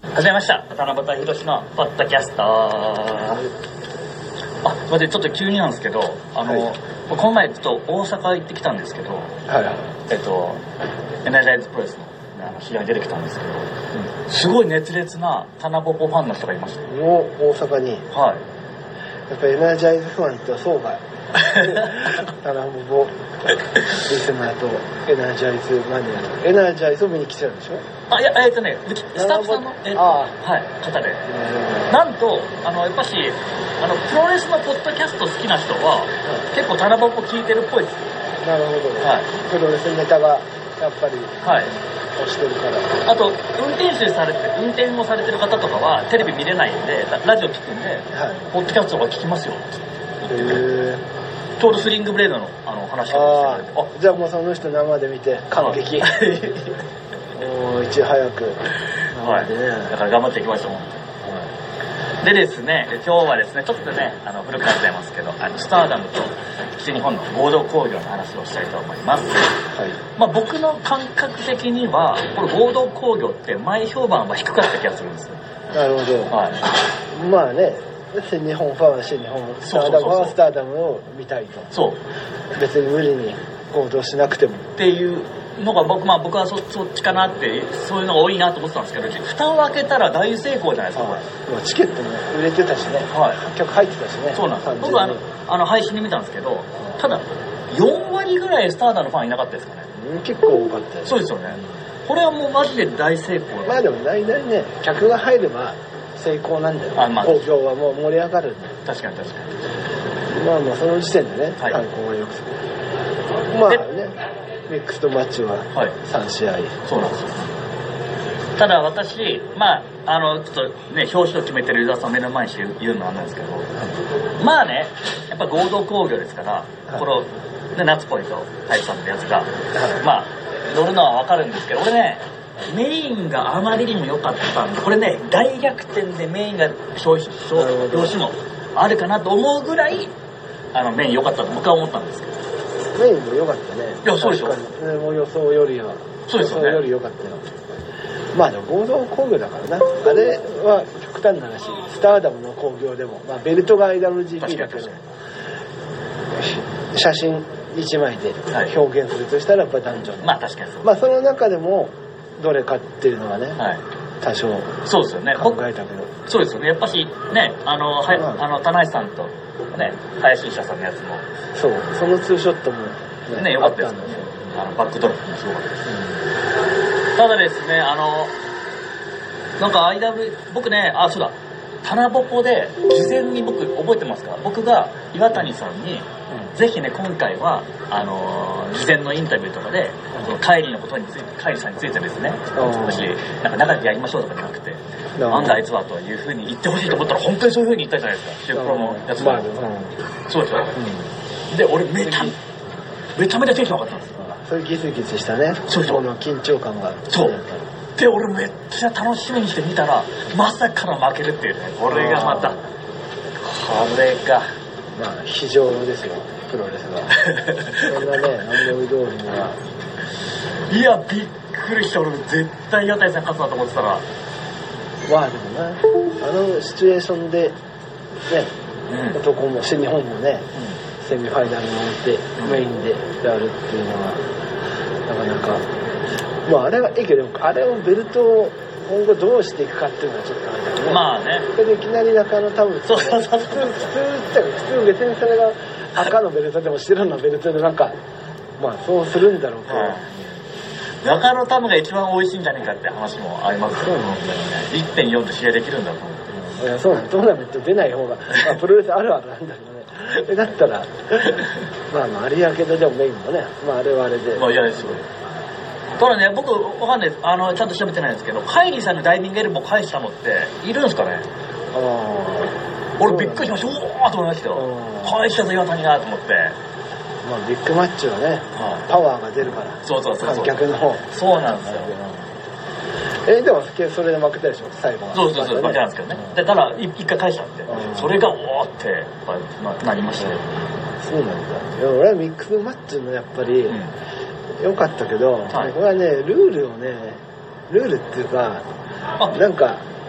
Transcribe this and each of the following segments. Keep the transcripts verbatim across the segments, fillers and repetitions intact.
始めました七夕ひろしのポッドキャスト。あ、すいません、ちょっと急になんですけど、あの、はい、この前ちょっと大阪行ってきたんですけど、はいはい、えっとエナジャイズプロレスの試合に出てきたんですけど、うん、すごい熱烈なタナポポファンの人がいました。 もう大阪に。 はい。 やっぱエナジャイズファンってそうかい。タナポポリスナーとエナジャイズマニアとエナジャイズを見に来てるんでしょ。 あ、いや、えっとね、スタッフさんの、えっと、はい、方で、なんとあのやっぱしあのプロレスのポッドキャスト好きな人は、うん、結構タナポポ聞いてるっぽいですよ。 なるほど、はい、プロレスネタがやっぱり、 はい、 押してるから。 あと運転手されて運転をされてる方とかはテレビ見れないんでラジオ聞くんで、はい、ポッドキャストが聞きますよって言ってる。ちょうどスリングブレード の, あの話をしてくれて、 あじゃあもうその人生で見て感激。もういち早く、 はい、だから頑張っていきましょう。はい、でですね、今日はですねちょっとねあの古くなっちゃいますけど、あのスターダムと西日本の合同興行の話をしたいと思います。はい、まあ僕の感覚的にはこれ合同興行って前評判は低かった気がするんですよ。 なるほど。はい、まあね。新日本ファンは新日本、スターダムはスターダムを見たいと。そう。別に無理に行動しなくても。 っていうのが僕、まあ僕は そ, そっちかなって、そういうのが多いなと思ってたんですけど、蓋を開けたら大成功じゃないですか。 はい、チケットも売れてたしね。はい。客入ってたしね。 そうなんです。僕はあのあの配信で見たんですけど、ただよんわりぐらいスターダムのファンいなかったですかね。 うん、結構多かったです。 そうですよね。これはもうマジで大成功。 まあでも大体ね、客が入れば。成功なんだよ。あ、まあ、興行はもう盛り上がるんだよ。 確かに確かに。 まあまあその時点でね、観光がよくする。まあね、ミックスとマッチはさん試合、はい、 そうなんですよ。ただ私、まああのちょっとね表紙を決めてるユーザーさん目の前にして言うのはなんですけど、はい、まあねやっぱ合同興行ですから、はい、この、ね、夏ポイとタイプさんのやつが、はい、まあ乗るのは分かるんですけど、俺ね。メインがあまりにも良かったんで、これね大逆転でメインが表紙もあるかなと思うぐらいあのメイン良かったと僕は思ったんですけど。 メインも良かったね。 いやそうでしょ。 確かにもう予想よりはそうですよね。 予想より良かったよ。まあでも合同興行だからな。あれは極端な話、スターダムの興行でも、まあ、ベルトが アイダブリュージーピー だけど写真いちまいで表現するとしたらやっぱり男女、ね、 まあ確かにそう。 まあその中でもどれかっていうのはね、はい、多少そうですよね。 考えたけど、 そうですよね。やっぱしね、あの、はい、あの田中さんとね、林医者さんのやつも、 そう、そのツーショットもね、ね良かったですよね。あのバックドロップもすごかったです。うん、ただですね、あのなんか アイダブリュー 僕ね、あ、そうだ。タナポポで事前に僕覚えてますか？僕が岩谷さんに、うん、ぜひね今回はあのー、事前のインタビューとかで、うん、そのカイリーのことについてカイリーさんについてですね、もしなんか仲良くやりましょうとかじゃなくて、なんだあいつはというふうに言ってほしいと思ったら本当にそういうふうに言ったじゃないですか。シュープロのやつも、まあうん、そうでしょ、うん、で俺めちゃめちゃめちゃテンション上がったんですよ。 そういうギスギスしたね、 そうそう、 の緊張感が、 そうで俺めっちゃ楽しみにして見たらまさかの負けるっていうね。これがまたこれがまあ非常ですよプロレスが。そんなねアンドロイド通りにはいやびっくりした。俺絶対岩谷さん勝つなと思ってたら、 まあでもなあのシチュエーションでね、うん、男も新日本もね、うん、セミファイナルに乗ってメインでやるっていうのはなかなかまああれはいいけど、あれをベルトを今後どうしていくかっていうのはちょっとあれだけどね。 まあね。 それでいきなり中野多分、ね、 そうそうそうそう。 普通、普通って普通別にそれが赤のベルトでも白のベルトでなんか、まあそうするんだろうけど。はい、 中野タムが一番美味しいんじゃねえかって話もありますよね。いってんよん で試合できるんだと思って。 いやそうなの。トーナメント出ない方が、まあ、プロレスあるあるなんだけどね。だったら、まあまあ有明ででもメインもね、まああれはあれで。 まあ嫌ですよ。ただね、僕わかんないです。あのちゃんと調べてないんですけど、カイリーさんのダイビングエルボー返したのっているんですかね。ああ。俺びっくりしました。おおと思いましたよ。返したぞ岩谷がと思って。 まあビッグマッチはね、はあ、パワーが出るから。 そうそうそうそう。 観客の方。 そうなんですよ。 えー、でもそれで負けたでしょ最後は。 そうそうそう、負けたんですけどね。でただ一回返したんで、それがおおって、まあ、なりましたよ。 そうなんだ。いや俺はミックスマッチのやっぱり。うん良かったけど、はい、これはねルールをねルールっていうかなんか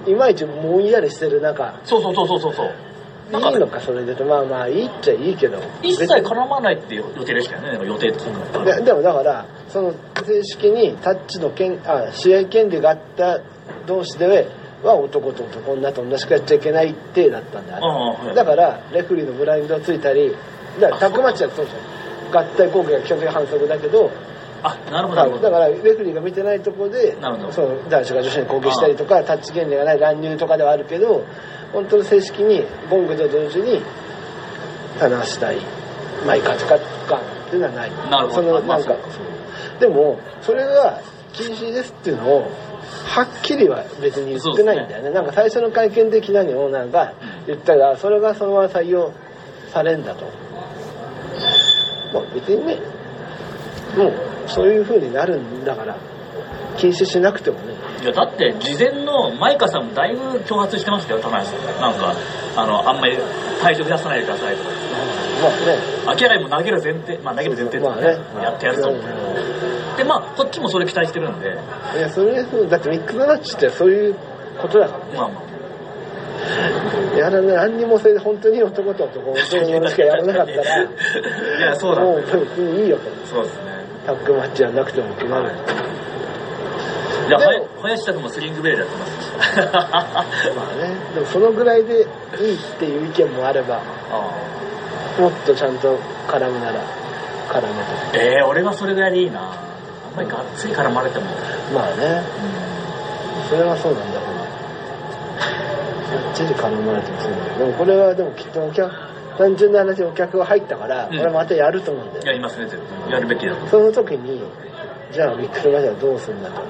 いまいちもんやりしてる中、 そうそうそうそうそうそう。 なんかいいのかそれでと、まあまあいいっちゃいいけど、 一切絡まないっていう予定でしたよね。予定っていうか。 で, でもだからその正式にタッチの権あ試合権利があった同士では男と男女と同じくやっちゃいけないってだったんだよ、はい、だからレフェリーのブラインドをついたり、だからタッグマッチだとそうじゃん、合体攻撃が基本的に反則だけど、 あ、なるほど、はい、 だからレフェリーが見てないところでその男子が女子に攻撃したりとかタッチ権利がない乱入とかではあるけど、本当に正式にゴングと同時に棚したいマイカとかっていうのはない。 なるほど。 そのなんか、でもそれが禁止ですっていうのをはっきりは別に言ってないんだよね。なんか最初の会見で木谷オーナーが言ったら、それがそのまま採用されんだと。まあ別にね、もうそういう風になるんだから禁止しなくてもね。 いやだって事前のマイカさんもだいぶ挑発してましたよ、田中さん。なんかあのあんまり体重増やさないでくださいとか。 まあね。 明らかにも投げる前提、まあ投げる前提とかね、まあね、やってやると思う。でまあこっちもそれ期待してるんで。 いやそれだってミックスマッチってそういうことだからね。まあまあ。いや何にもそれで本当に男と男男のしかやらなかったら、 いやそうだ。 もう別にいいよと。 そうですね。 タッグマッチやなくても決まる。 いや林田君もスリングベルやってますし。 まあね。でもそのぐらいでいいっていう意見もあれば、あもっとちゃんと絡むなら絡めと。 えー、俺はそれぐらいでいいな。あんまりがっつり絡まれても。 まあね。うん、それはそうなんだけど。がっちり絡まれてもそうなんだけど。でもこれはでもきっとお客単純な話お客が入ったから、うん、俺またやると思うんだよ。 やりますね絶対。やるべきだと。 その時にじゃあミックスマッチはどうするんだと。うん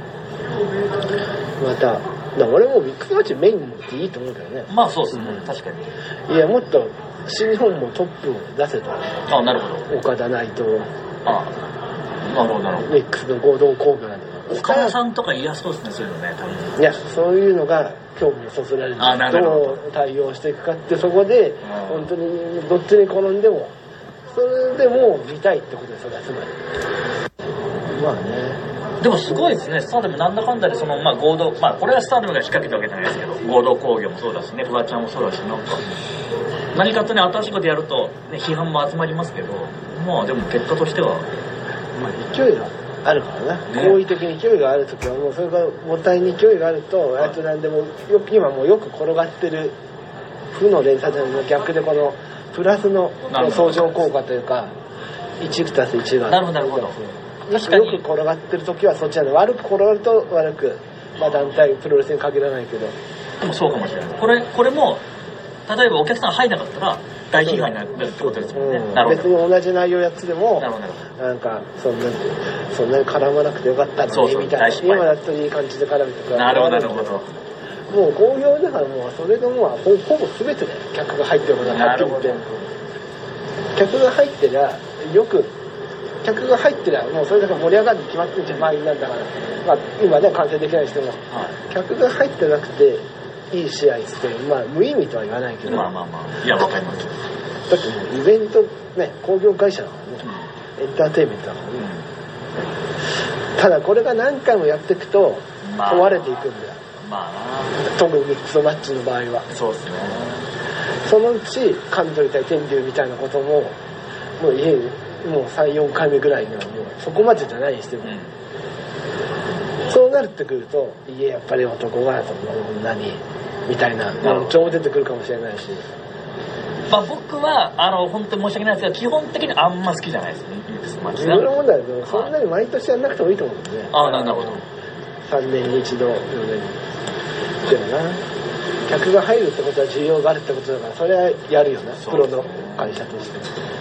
、また。だ俺もミックスマッチメインもっていいと思うけどね。 まあそうですね、うん、確かに。 いやもっと新日本もトップを出せと。 あ、なるほど。 岡田内藤。 あ、なるほどなるほど。 ミックスの合同工業なんだけど。 岡田さんとか嫌そうですね、そういうのね、多分。 いやそういうのが興味をそそられる。 あ、なるほど。 どう対応していくかってそこで本当にどっちに転んでもそれでも見たいってことですよね、つまり。まあね。 でもすごいですね、スターダムなんだかんだでその、まあ、合同、まあこれはスターダムが仕掛けたわけじゃないですけど、合同工業もそうだしね、フワちゃんもそうだし、なんか何かとね新しいことやると、ね、批判も集まりますけど、まあでも結果としては、 まあ、勢いがあるからな、ね、好意的に勢いがあるときはもうそれが母体に勢いがあると、あとなんでもよく今もうよく転がってる負の連鎖の逆でこのプラスの相乗効果というかいちたすいちがなるほどなるほど。 確かによく転がってる時はそっちなんで、悪く転がると悪く、まあ団体プロレスに限らないけど、 でもそうかもしれない。これこれも例えばお客さん入らなかったら大被害になるってことですもんね。うん、なるほど。 別に同じ内容やつでも、なるほどなんかそんなそんなに絡まなくてよかったのにそうそうみたいな、今だといい感じで絡めてくれる。 なるほどなるほど。 もう興行だからもうそれでもうほほぼ全てで客が入ってることがはっきり言って、客が入ってりゃよく。客が入ってりゃもうそれだけ盛り上がって決まってるじゃん、周りなんだから、まあ、今ね完成できない人も、はい、客が入ってなくていい試合ってまあ無意味とは言わないけど、 まあまあまあいやわかります。 だってもうイベントね興行会社だからね、うん、エンターテインメントだからね、うん、ただこれが何回もやっていくと壊れていくんだよ、まあ、まあ特にミックスマッチの場合はそうですね。 そのうち関東対天竜みたいなことももう家もう さん,よん 回目ぐらいにはもうそこまでじゃないにしても、うん、そうなるってくるといえやっぱり男がそんなにみたいな論調も出てくるかもしれないし、 まあ、僕はあの本当に申し訳ないですが基本的にあんま好きじゃないですね。 いろいろ問題だけどそんなに毎年やんなくてもいいと思うんだよね。 ああなるほど。 さんねんに一度よねんにでもな客が入るってことは需要があるってことだからそれはやるよな、プロの会社として。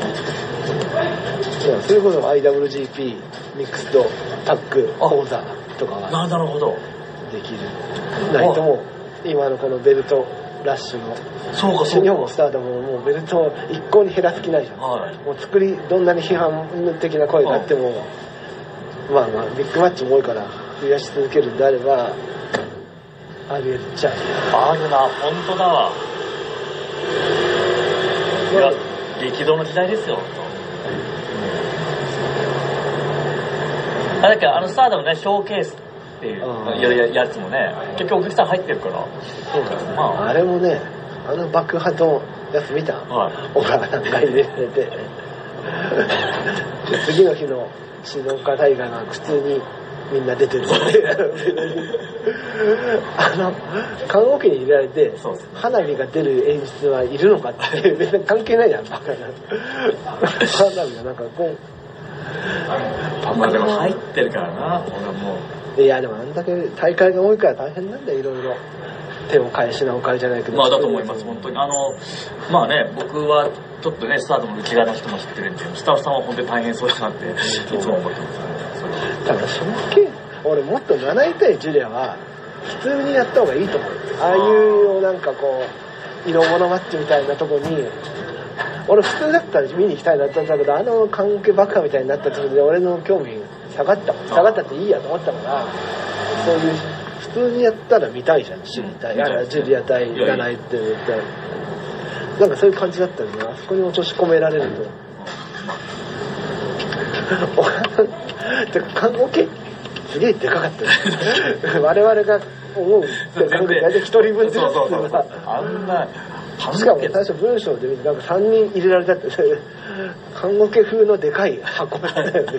いやそれこそ アイダブリュージーピー ミックスとタッグ講座とかはなるほどできる。ないとも今のこのベルトラッシュのそうか新日本もスタートももうベルトを一向に減らす気ないじゃん、はい、もう作りどんなに批判的な声があっても、はい、まあまあビッグマッチも多いから増やし続けるんであればありえるっちゃあるな。本当だわ。いや激動の時代ですよ。あれだっけあのスターダムねショーケースっていうやつもね、結局お客さん入ってるから。 そうだね。まあ、あれもね、あの爆破のやつ見た？はい。オラなんか入れられて。次の日の静岡大会が普通にみんな出てるあの看護機に入れられて花火が出る演出はいるのかって別に関係ないじゃんバカな花火がなんかこうまあでも入ってるからな俺はもういやでもあんだけ大会が多いから大変なんだよいろいろ手を変え品を変えじゃないけどまあだと思います本当にあのまあね僕はちょっとねスタートの内側の人も知ってるんでスタッフさんは本当に大変そうだなっていつも思ってますねただその件俺もっとなないたいジュリアは普通にやった方がいいと思うああいうなんかこう色物マッチみたいなとこに俺普通だったら見に行きたいなったんだけどあの関係バカみたいになった時で俺の興味下がった下がったっていいやと思ったからそういう普通にやったら見たいじゃんジュリ対、うん、ジュリア対なないって絶対なんかそういう感じだったよねあそこに落とし込められると看護系すげえでかかったよ我々が思うって看護系大体一人分ずつさあんなしかも最初文章で見てなんかさんにん入れられたって看護系風のでかい箱だったよね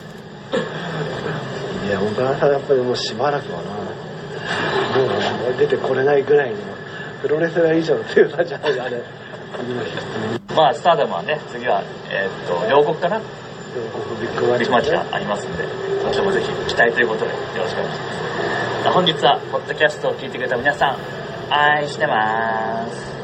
いや小川さんやっぱりもうしばらくはなもう出てこれないぐらいのプロレスラー以上の強さじゃないあれまあスターダムはね次はえー、っと両国かな両国ビッグマッチ、 ビッグマッチがありますんでそちらもぜひ期待ということでよろしくお願いします本日はポッドキャストを聞いてくれた皆さん愛してます